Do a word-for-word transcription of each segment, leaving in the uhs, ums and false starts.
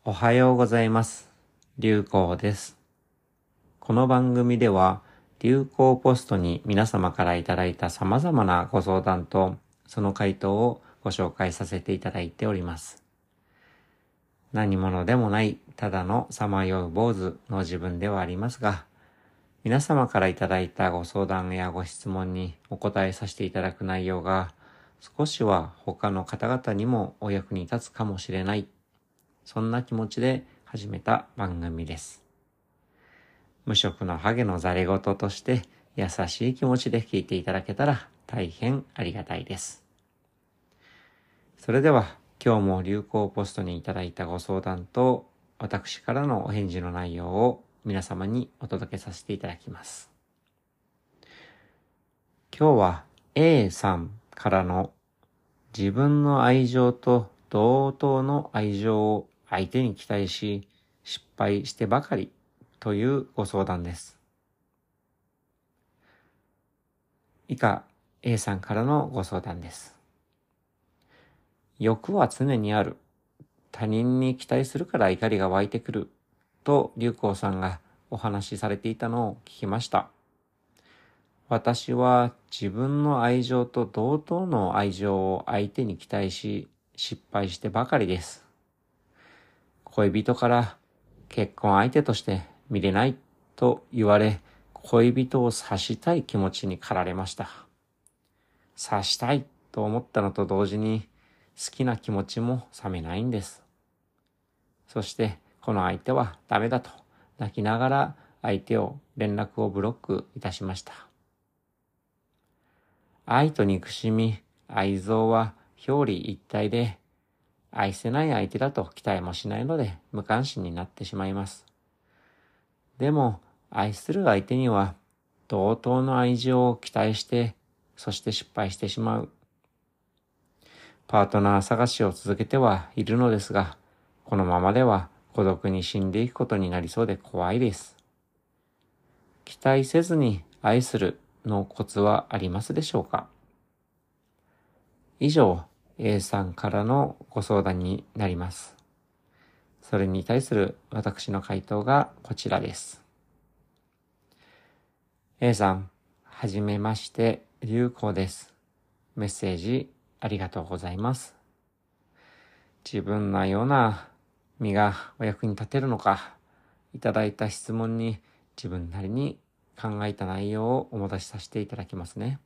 おはようございます。流行です。この番組では流行ポストに皆様からいただいた様々なご相談とその回答をご紹介させていただいております。何者でもないただのさまよう坊主の自分ではありますが、皆様からいただいたご相談やご質問にお答えさせていただく内容が少しは他の方々にもお役に立つかもしれない、そんな気持ちで始めた番組です。無職のハゲのざれ言として優しい気持ちで聞いていただけたら大変ありがたいです。それでは今日も流行ポストにいただいたご相談と私からのお返事の内容を皆様にお届けさせていただきます。今日は A さんからの自分の愛情と同等の愛情を相手に期待し失敗してばかりというご相談です。以下 A さんからのご相談です。欲は常にある。他人に期待するから怒りが湧いてくる。と流行さんがお話しされていたのを聞きました。私は自分の愛情と同等の愛情を相手に期待し失敗してばかりです。恋人から結婚相手として見れないと言われ、恋人を刺したい気持ちに駆られました。刺したいと思ったのと同時に好きな気持ちも冷めないんです。そしてこの相手はダメだと泣きながら相手を連絡をブロックいたしました。愛と憎しみ、愛憎は表裏一体で、愛せない相手だと期待もしないので無関心になってしまいます。でも愛する相手には同等の愛情を期待して、そして失敗してしまう。パートナー探しを続けてはいるのですが、このままでは孤独に死んでいくことになりそうで怖いです。期待せずに愛するのコツはありますでしょうか？以上、A さんからのご相談になります。それに対する私の回答がこちらです。A さん、はじめまして、流行です。メッセージありがとうございます。自分のような身がお役に立てるのか、いただいた質問に自分なりに考えた内容をお戻しさせていただきますね。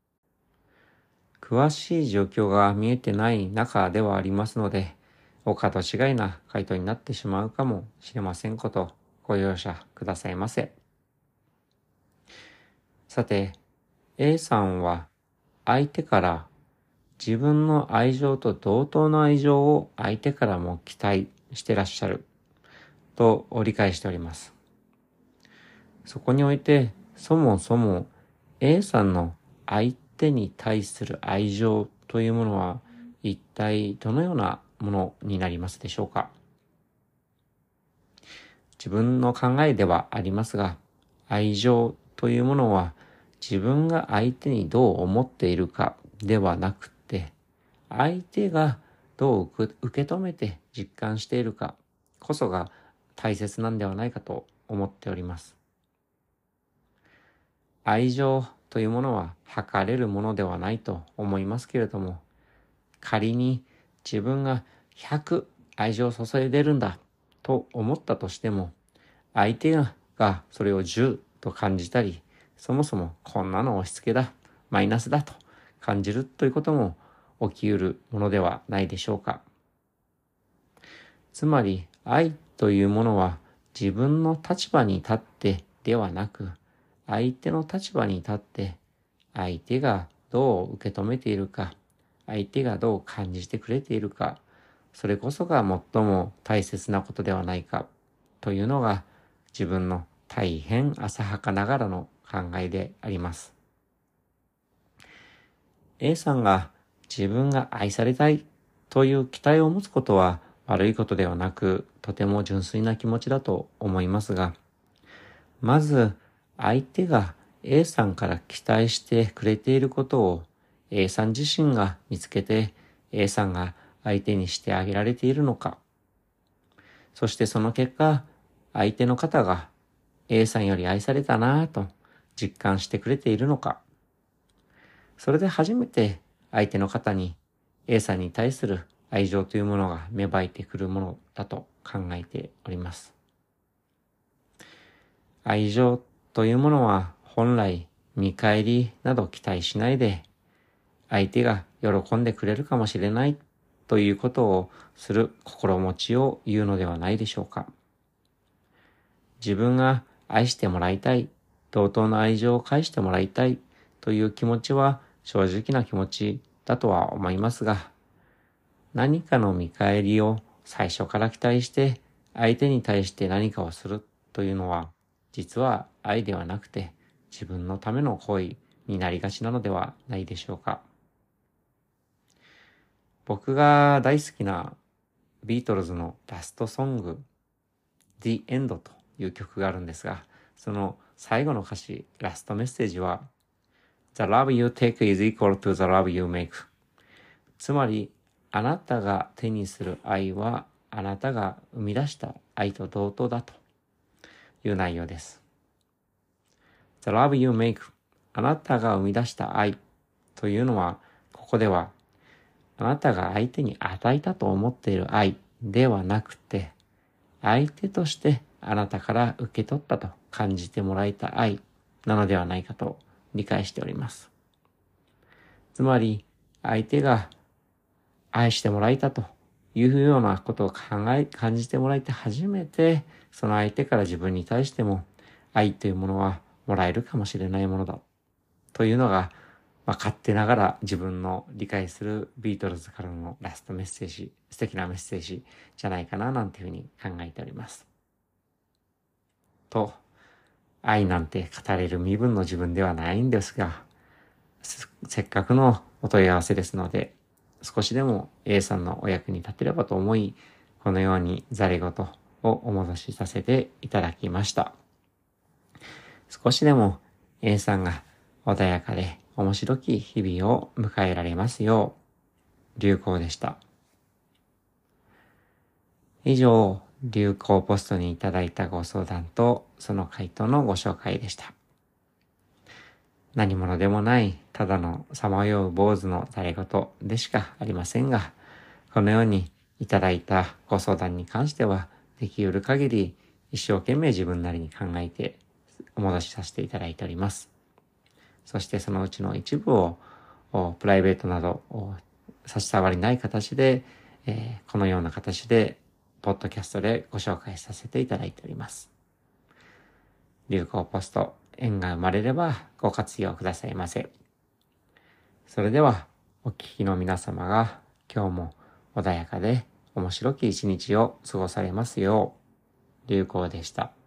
詳しい状況が見えてない中ではありますので、お門違いな回答になってしまうかもしれませんことご容赦くださいませ。さて、A さんは相手から自分の愛情と同等の愛情を相手からも期待してらっしゃると理解しております。そこにおいてそもそも A さんの相手に対する愛情というものは一体どのようなものになりますでしょうか？自分の考えではありますが、愛情というものは自分が相手にどう思っているかではなくて、相手がどう受け止めて実感しているかこそが大切なんではないかと思っております。愛情というものは測れるものではないと思いますけれども、仮に自分がひゃく愛情を注いでるんだと思ったとしても、相手がそれをじゅうと感じたり、そもそもこんなの押し付けだ、マイナスだと感じるということも起きうるものではないでしょうか。つまり愛というものは自分の立場に立ってではなく、相手の立場に立って相手がどう受け止めているか、相手がどう感じてくれているか、それこそが最も大切なことではないかというのが自分の大変浅はかながらの考えであります。A さんが自分が愛されたいという期待を持つことは悪いことではなく、とても純粋な気持ちだと思いますが、まず相手が A さんから期待してくれていることを A さん自身が見つけて A さんが相手にしてあげられているのか、 そしてその結果、相手の方が A さんより愛されたなぁと実感してくれているのか。それで初めて相手の方に A さんに対する愛情というものが芽生えてくるものだと考えております。愛情というものは本来見返りなど期待しないで、相手が喜んでくれるかもしれないということをする心持ちを言うのではないでしょうか。自分が愛してもらいたい、同等の愛情を返してもらいたいという気持ちは正直な気持ちだとは思いますが、何かの見返りを最初から期待して相手に対して何かをするというのは、実は愛ではなくて自分のための行為になりがちなのではないでしょうか。僕が大好きなビートルズのラストソング The End という曲があるんですが、その最後の歌詞、ラストメッセージは The love you take is equal to the love you make。 つまり、あなたが手にする愛はあなたが生み出した愛と同等だという内容です。The love you make、 あなたが生み出した愛というのは、ここではあなたが相手に与えたと思っている愛ではなくて、相手としてあなたから受け取ったと感じてもらえた愛なのではないかと理解しております。つまり、相手が愛してもらえたというようなことを考え、感じてもらえて初めて、その相手から自分に対しても愛というものはもらえるかもしれないものだというのが、分かってながら自分の理解するビートルズからのラストメッセージ、素敵なメッセージじゃないかななんていうふうに考えております。と、愛なんて語れる身分の自分ではないんですが、せっかくのお問い合わせですので、少しでも A さんのお役に立てればと思い、このようにざれ言をお戻しさせていただきました。少しでも A さんが穏やかで面白き日々を迎えられますよう、流行でした。以上、流行ポストにいただいたご相談とその回答のご紹介でした。何者でもないただのさまよう坊主のざれ言でしかありませんが、このようにいただいたご相談に関しては、できうる限り一生懸命自分なりに考えてお戻しさせていただいております。そしてそのうちの一部をプライベートなど差し障りない形で、えー、このような形でポッドキャストでご紹介させていただいております。流行ポスト、縁が生まれればご活用くださいませ。それではお聞きの皆様が今日も穏やかで面白き一日を過ごされますよう、流行でした。